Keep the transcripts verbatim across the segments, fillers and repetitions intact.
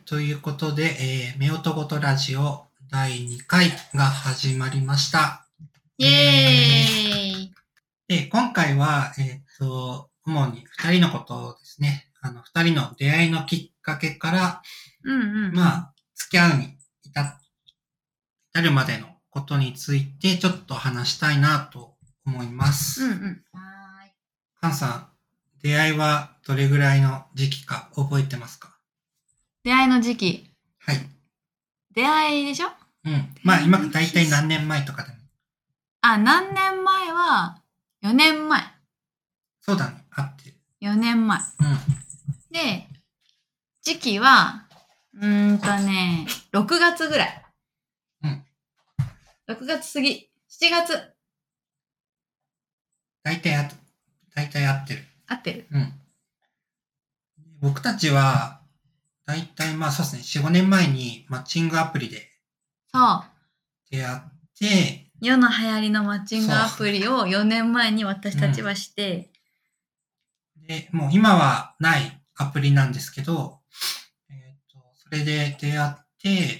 ということで、えー、夫婦とラジオだいにかいが始まりました。 イエーイ、 えー、で今回は、えっと、主に二人のことをですね、あの、二人の出会いのきっかけから、 うんうん、 まあ、付き合うに至るまでのことについてちょっと話したいなと思います。 うんうん。はーい。 カンさん、出会いはどれぐらいの時期か覚えてますか？ 出会いの時期。 はい。 出会いでしょ？ うん。まあ今だいたい何年前とかでも。 あ、何年前はよねんまえ。 そうだね。合ってる。 よねんまえ。 うん。 で、時期は、うーんとね、ろくがつぐらい。 うん。 ろくがつ過ぎ。しちがつ。 大体あ、大体合ってる。 合ってる。 うん。僕たちは、大体まあそうですね、よん、ごねんまえにマッチングアプリでそう。 出会って、 世の流行りのマッチングアプリをよねんまえに私たちはして、 うん、で、もう今はないアプリなんですけど、えっと、それで出会って、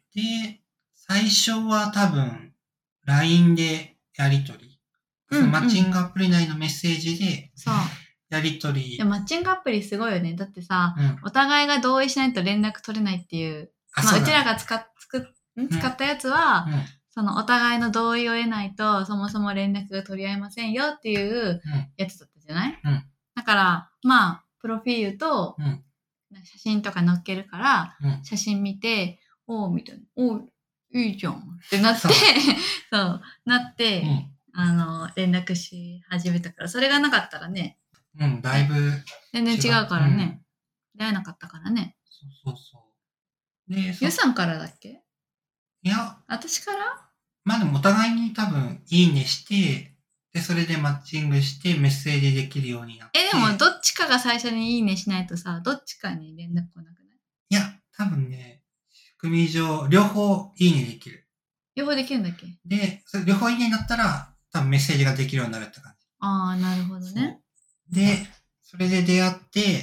で、最初は多分、ライン でやりとり、うんうん、そのマッチングアプリ内のメッセージで、そう。やりとり。 でマッチングアプリすごいよね。だってさ、うん、お互いが同意しないと連絡取れないっていう。あまあ、うちらが使っ、つくん使ったやつは、うんうん、そのお互いの同意を得ないと、そもそも連絡が取り合いませんよっていうやつだったじゃない、うん、だから、まあ、プロフィールと、写真とか載っけるから、うん、写真見て、おーみたいな、おーいいじゃんってなって、そう、そうなって、うん、あの、連絡し始めたから、それがなかったらね、 うん、だいぶ。 全然違うからね。うん、出会えなかったからね。 そうそうそう。で、 ゆうさんからだっけ？ いや。 私から？ まあでもお互いに多分、いいねして、で、それでマッチングしてメッセージできるようになって。 え、でもどっちかが最初にいいねしないとさ、どっちかに連絡来なくない？ いや、多分ね、仕組み上、両方いいねできる。 両方できるんだっけ？で、 それ両方いいねになったら、多分メッセージができるようになるって感じ。 ああ、なるほどね。 で、それで出会って、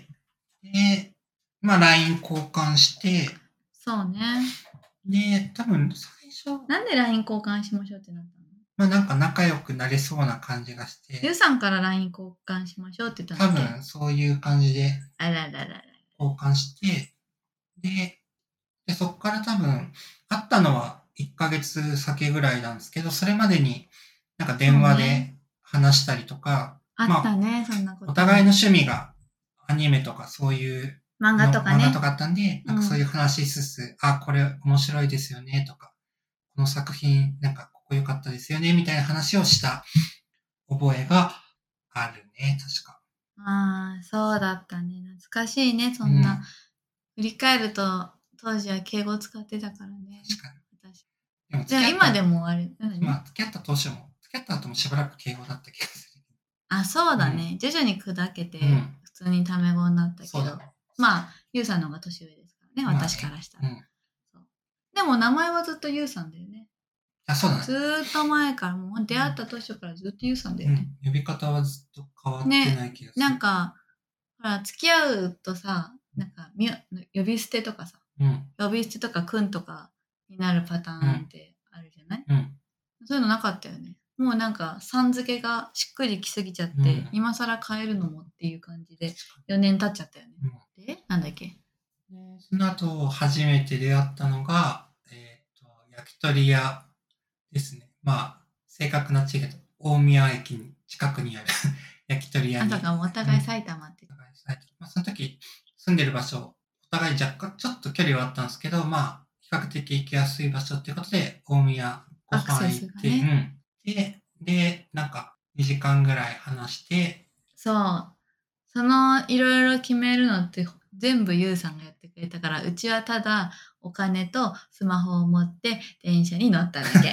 で、まあ ライン 交換して、 そうね。 で、多分最初。 なんで ライン 交換しましょうってなったの？ まあなんか仲良くなれそうな感じがして。 ゆうさんから ライン 交換しましょうって言ったの？多分そういう感じで。 あらららら。 交換して、で、でそこから多分、会ったのはいっかげつ先ぐらいなんですけど、それまでになんか電話で話したりとか、 ね、まあ、あったね、そんなこと。 お互いの趣味がアニメとかそういう漫画とかね。 漫画とかあったんで、なんかそういう話しつつ、うん、あ、これ面白いですよねとか、この作品なんかここ良かったですよねみたいな話をした覚えがあるね、確か。 ああ、そうだったね。懐かしいね、そんな。うん、振り返ると、当時は敬語使ってたからね。 確かに。 でも, でも今でもあれ。 まあ、付き合った当初も、付き合った後もしばらく敬語だった気がする。 あ、そうだね。うん、徐々に砕けて、普通にタメ語になったけど。うん、まあ、ゆうさんの方が年上ですからね、まあ、私からしたら、うんそう。でも名前はずっとゆうさんだよね。 あ、そうだね。 ずーっと前から、もう出会った当初からずっとゆうさんだよね。 うん、呼び方はずっと変わってない気がする。 ね、なんか、ほら、付き合うとさ、なんか、呼び捨てとかさ、うん、呼び捨てとかくんとかになるパターンってあるじゃない、うん、そういうのなかったよね。もうなんか、さん付けがしっくりきすぎちゃって、うん、今更変えるのもっていう感じで、よねん経っちゃったよね。うん、で、なんだっけ？ その後、初めて出会ったのが、えっと、焼き鳥屋ですね。まあ、正確な地域だと、大宮駅に近くにある焼き鳥屋に。 あ、だからお互い埼玉って。 うん、お互い埼玉。まあ、その時、住んでる場所、お互い若干、ちょっと距離はあったんですけど、まあ、比較的行きやすい場所っていうことで、大宮ご飯行って、ね、うん。で、で、なんか、にじかんぐらい話して。 そう。その、いろいろ決めるのって、全部ゆうさんがやってくれたから、うちはただお金とスマホを持って電車に乗っただけ。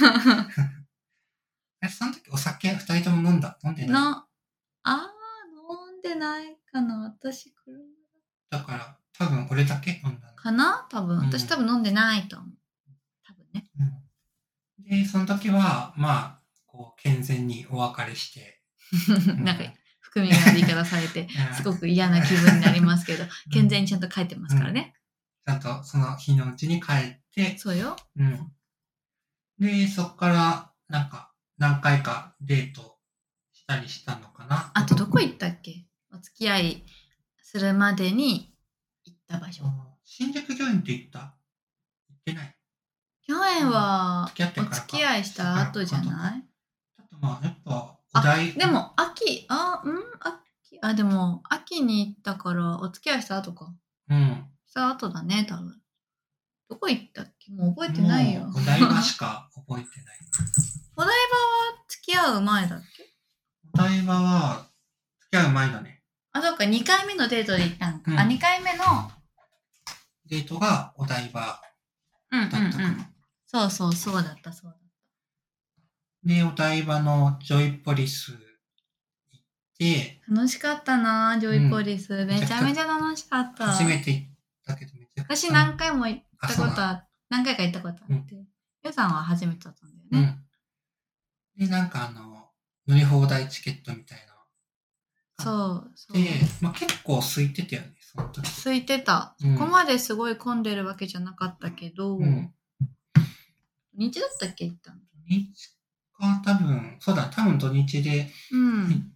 え、その時お酒二人とも飲んだ飲んでないの？ ああ、飲んでないかな。私、車だから、多分俺だけ飲んだの。 かな多分、うん。私多分飲んでないと思う。多分ね。 うん、で、その時は、まあ、こう、健全にお別れして。 なんか、含みがある言い方されて、すごく嫌な気分になりますけど、健全にちゃんと帰ってますからね。 ちゃんとその日のうちに帰って。 そうよ。 うん。で、そっから、なんか、何回かデートしたりしたのかな。 あとどこ行ったっけ？お付き合いするまでに行った場所。 新宿御苑って行った？行ってない？ 御苑は、お付き合いした後じゃない？ あとまあ、やっぱ、お台。 でも、秋、あ、うん秋、あ、でも、秋に行ったから、お付き合いした後か。 うん。 した後だね、多分。どこ行ったっけ？もう覚えてないよ。 お台場しか覚えてない。 お台場は付き合う前だっけ？ お台場は付き合う前だね。 あ、そうか、にかいめのデートで行ったんか。うん、あ、にかいめのデートがお台場だったかな。うんうんうん、 そうそう、そうだった、そうだった。 で、お台場のジョイポリス行って。 楽しかったな、ジョイポリス。うん、めちゃめちゃ楽しかった。 初めて行ったけど、めちゃくちゃ。 私何回も行ったことあって、何回か行ったことあって。ヨ、うん、さんは初めてだったんだよね。 うん。で、なんかあの、乗り放題チケットみたいな。 そうそう。 で、まあ、結構空いてたよね、その時。 空いてた。うん、そこまですごい混んでるわけじゃなかったけど、うん、土日だったっけ行ったの？土日か、多分、そうだ、多分土日で行って、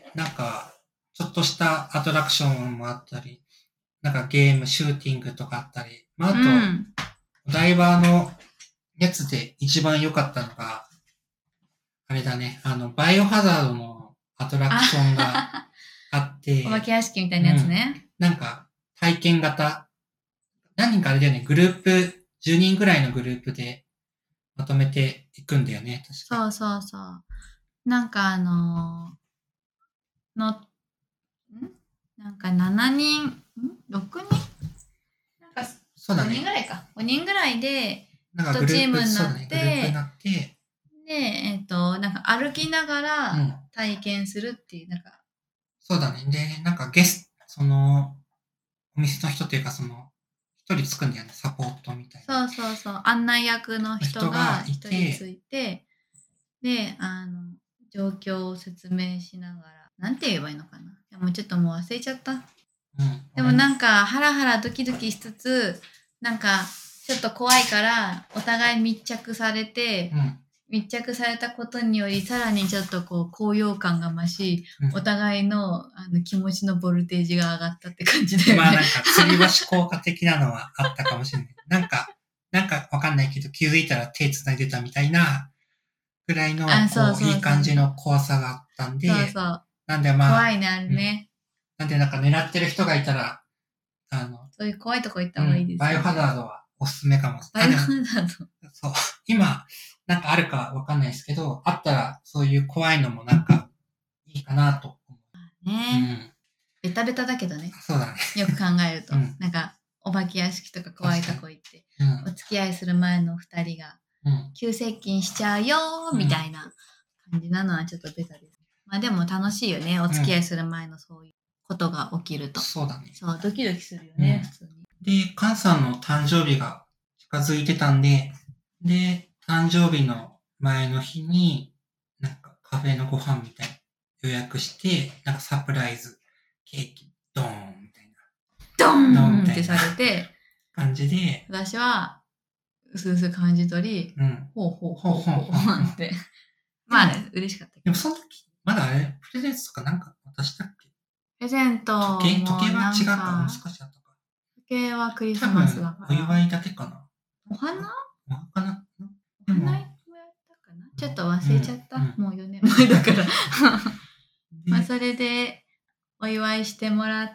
うん、なんか、ちょっとしたアトラクションもあったり、なんかゲーム、シューティングとかあったり、まあ、あと、うん、お台場のやつで一番良かったのが、あれだね、あの、バイオハザードのアトラクションがあって、 お化け屋敷みたいなやつね。 うん、なんか、体験型。何人かあれだよね、グループ、じゅうにんぐらいのグループでまとめていくんだよね、確か。そうそうそう。なんかあのー、の、んなんかしちにん、ん ろく 人なんか、そうだね、ごにんぐらいか。ごにんぐらいで、一チームになって、 ね、なってで、えっと、なんか歩きながら体験するっていう、なんか、うん。 そうだね。で、なんかゲスト、その、お店の人っていうか、その、一人つくんだよね、サポートみたいな。そうそうそう。案内役の人が一人ついて、で、あの、状況を説明しながら、なんて言えばいいのかな。でもちょっともう忘れちゃった。うん。でもなんか、ハラハラドキドキしつつ、なんか、ちょっと怖いから、お互い密着されて、うん、密着されたことにより、さらにちょっとこう、高揚感が増し、うん、お互いのあの気持ちのボルテージが上がったって感じで、ね。 まあなんか、吊り橋効果的なのはあったかもしれない。なんか、なんかわかんないけど、気づいたら手繋いでたみたいな、ぐらいの、こう、そうそうそう、いい感じの怖さがあったんで、 そうそう。 なんでまあ、 怖いね、あれね、 うん。なんでなんか狙ってる人がいたら、あの、 そういう怖いとこ行った方がいいですよ、ね、 うん。バイオハザードはおすすめかも。 バイオハザードそう。今、なんかあるかわかんないですけど、あったらそういう怖いのもなんかいいかなと思う。 ね、うん。ベタベタだけどね。 そうだね。 よく考えると。うん、なんか、お化け屋敷とか怖いとこ行って、うん、お付き合いする前の二人が、急接近しちゃうよーみたいな感じなのはちょっとベタです。まあでも楽しいよね。お付き合いする前のそういうことが起きると。 そうだね。 そう、ドキドキするよね、うん、普通に。 で、カンさんの誕生日が近づいてたんで、で、誕生日の前の日に、なんかカフェのご飯みたいな予約して、なんかサプライズケーキ、ドーンみたいな。 ドーンってされて、 感じで、 私は、うすうす感じ取り、うん、ほうほうほうほうほうって。まあね、嬉しかったけど。 でもその時、まだあれ、プレゼントとかなんか渡したっけ？ プレゼント時計、時計は違うか、もう少しあったか。 時計はクリスマスだから。 お祝いだけかな。 お花お花お花もやったかな、ちょっと忘れちゃった。うんうん、もうよねんまえだから。まあそれで、お祝いしてもらって、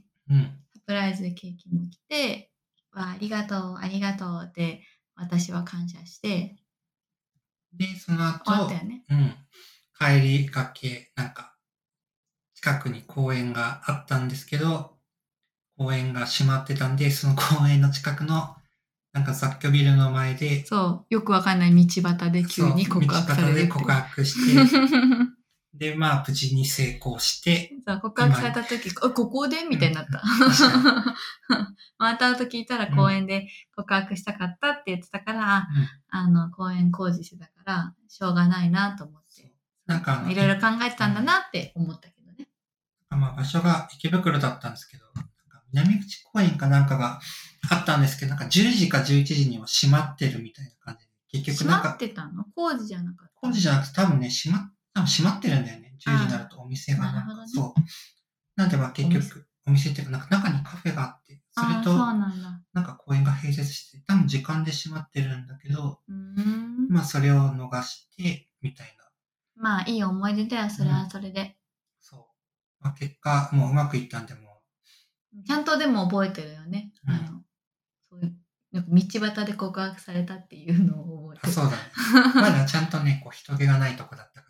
うん、サプライズでケーキも来て、ありがとう、ありがとうって私は感謝して、 で、その後、 終わったよね。 うん、帰りがけ、なんか、近くに公園があったんですけど、公園が閉まってたんで、その公園の近くの、なんか雑居ビルの前で、 そう、よくわかんない道端で急に告白される。 道端で告白して、で、まあ、無事に成功して、 そう、告白された時、あ、ここでみたいになった。また後聞いたら公園で告白したかったって言ってたから、うん、あの、公園工事してたから、しょうがないなと思って。なんか、いろいろ考えてたんだなって思ったけどね。 まあ、場所が池袋だったんですけど、なんか南口公園かなんかがあったんですけど、なんかじゅうじかじゅういちじには閉まってるみたいな感じで。結局なんか。 閉まってたの？工事じゃなかった？ 工事じゃなくて多分ね、閉ま、多分閉まってるんだよね。じゅうじになるとお店がなんか。ね、そう。なんでまあ結局、お店っていうか、なんか中にカフェがあって、それと、なんか公園が併設して、多分時間で閉まってるんだけど、 うん、 まあそれを逃して、みたいな。 まあいい思い出だよ、それはそれで。うん、 そう。まあ結果、もううまくいったんで、もう。ちゃんとでも覚えてるよね。うん、あのそういうなんか道端で告白されたっていうのを覚えてる。 そうだね。まだちゃんとね、こう人気がないとこだったから。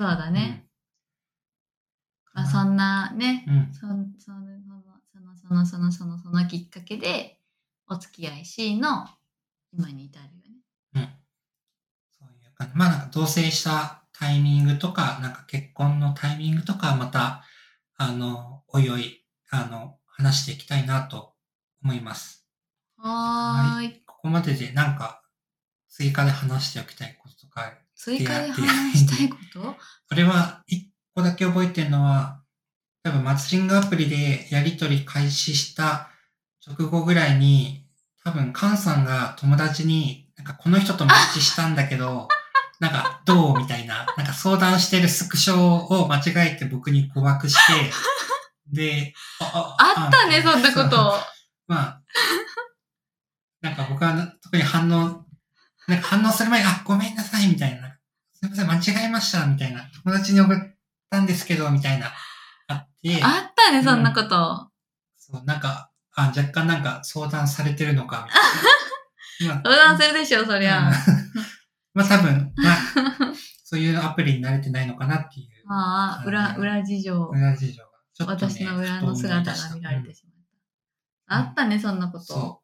そうだね。うん、まあ、そんなね、うん、そそのそのそのそのそのそのきっかけでお付き合い C の今に至るよね。 うん。そういう感じ。まあなんか同棲したタイミングとか、なんか結婚のタイミングとかまた、あの、おいおい、あの、話していきたいなと思います。 はーい。はい、 ここまででなんか追加で話しておきたいこととか。 追加で話したいこと？ これは一個だけ覚えてるのは、多分マッチングアプリでやり取り開始した直後ぐらいに、多分カンさんが友達に、なんかこの人とマッチしたんだけど、なんかどうみたいな、なんか相談してるスクショを間違えて僕に告白して、で、 あ、あ、あったね、そんなこと。 まあ、なんか僕は特に反応、なんか反応する前に、あ、ごめんなさい、みたいな。すいません、間違えました、みたいな。友達に送ったんですけど、みたいな。あって。 あったね、そんなこと。うん、 そう、なんか、あ、若干なんか相談されてるのか、みたいな。 相談するでしょ、そりゃ。 まあ多分、まあ、そういうアプリに慣れてないのかなっていう。 ああ、裏、裏事情。 裏事情が。 ちょっとね、私の裏の姿が見られてしまった。うん、あったね、そんなこと。そう。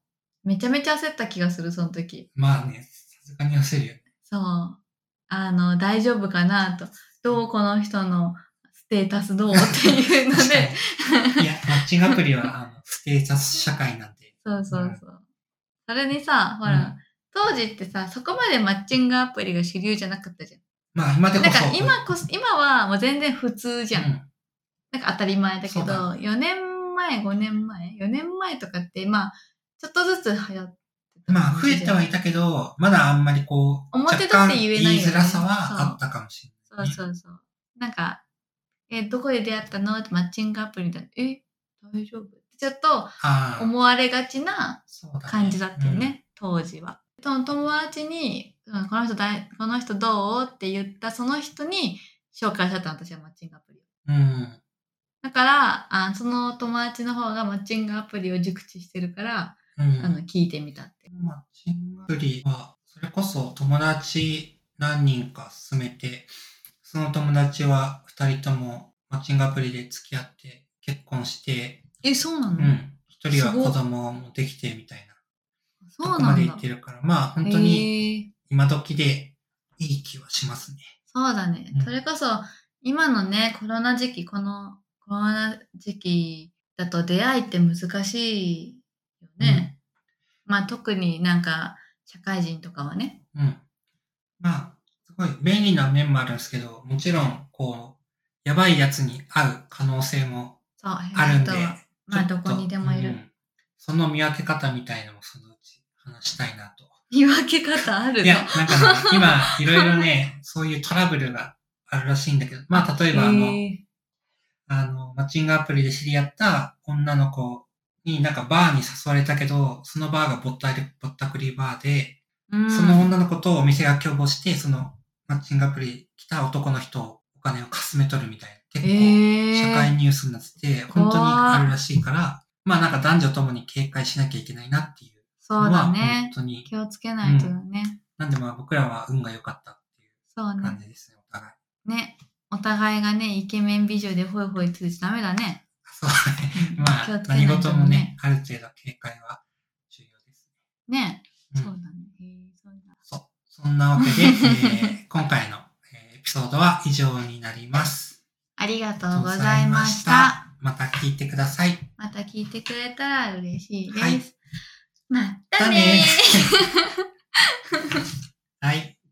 めちゃめちゃ焦った気がする、その時。 まあね、さすがに焦るよね。 そう。あの、大丈夫かなと。どうこの人のステータスどうっていうので。 いや、マッチングアプリは、あの、ステータス社会なんで。 そうそうそう。うん、それにさ、ほら、うん、当時ってさ、そこまでマッチングアプリが主流じゃなかったじゃん。 まあ、今でこそ。 なんか今こそ、今はもう全然普通じゃん。うん、なんか当たり前だけど、だよねんまえ、ごねんまえ ?よねんまえとかって、まあ、ちょっとずつ流行ってた。 まあ、増えてはいたけど、まだあんまりこう、 表立って言えないよね。 言いづらさはあったかもしれない、 ね。そうそうそう。なんか、え、どこで出会ったのってマッチングアプリで、え、大丈夫ちょっと思われがちな感じだったよね、ね、うん、当時は。友達に、この人だい、この人どうって言ったその人に紹介されたの、私はマッチングアプリを。 うん、 だからあ、その友達の方がマッチングアプリを熟知してるから、うん、あの聞いてみたって。 マッチングアプリは、それこそ友達何人か勧めて、その友達は二人ともマッチングアプリで付き合って結婚して、 え、そうなの？ うん。一人は子供もできてみたいな。そうなんだ。そこまで言ってるから、まあ本当に今時でいい気はしますね。 そうだね。うん、それこそ今のね、コロナ時期、このコロナ時期だと出会いって難しいよね。うん、まあ特になんか社会人とかはね。 うん。まあ、すごい便利な面もあるんですけど、もちろん、こう、やばいやつに会う可能性もあるんで、 まあどこにでもいる、うん。 その見分け方みたいのもそのうち話したいなと。 見分け方あるの？ いや、なんかね、今、いろいろね、そういうトラブルがあるらしいんだけど、まあ例えばあの、あの、マッチングアプリで知り合った女の子になんかバーに誘われたけど、そのバーがぼったり、ぼったくりバーで、うん、その女の子とお店が共謀して、そのマッチングアプリ来た男の人をお金をかすめ取るみたいな。結構社会ニュースになってて、本当にあるらしいから、まあなんか男女ともに警戒しなきゃいけないなっていうのは。そうだね。本当に。 気をつけないとだね、うん。 なんでまあ僕らは運が良かったっていう感じですね、お互い。 ね。お互いがね、イケメン美女でホイホイついちゃダメだね。 そうだね。まあ、ね、何事もね、ある程度警戒は重要ですね。ね。うん、そうだね。 そう。そんなわけで、えー、今回のエピソードは以上になります。 ありがとうございました。 また聞いてください。 また聞いてくれたら嬉しいです。 はい、 またねー。 はい。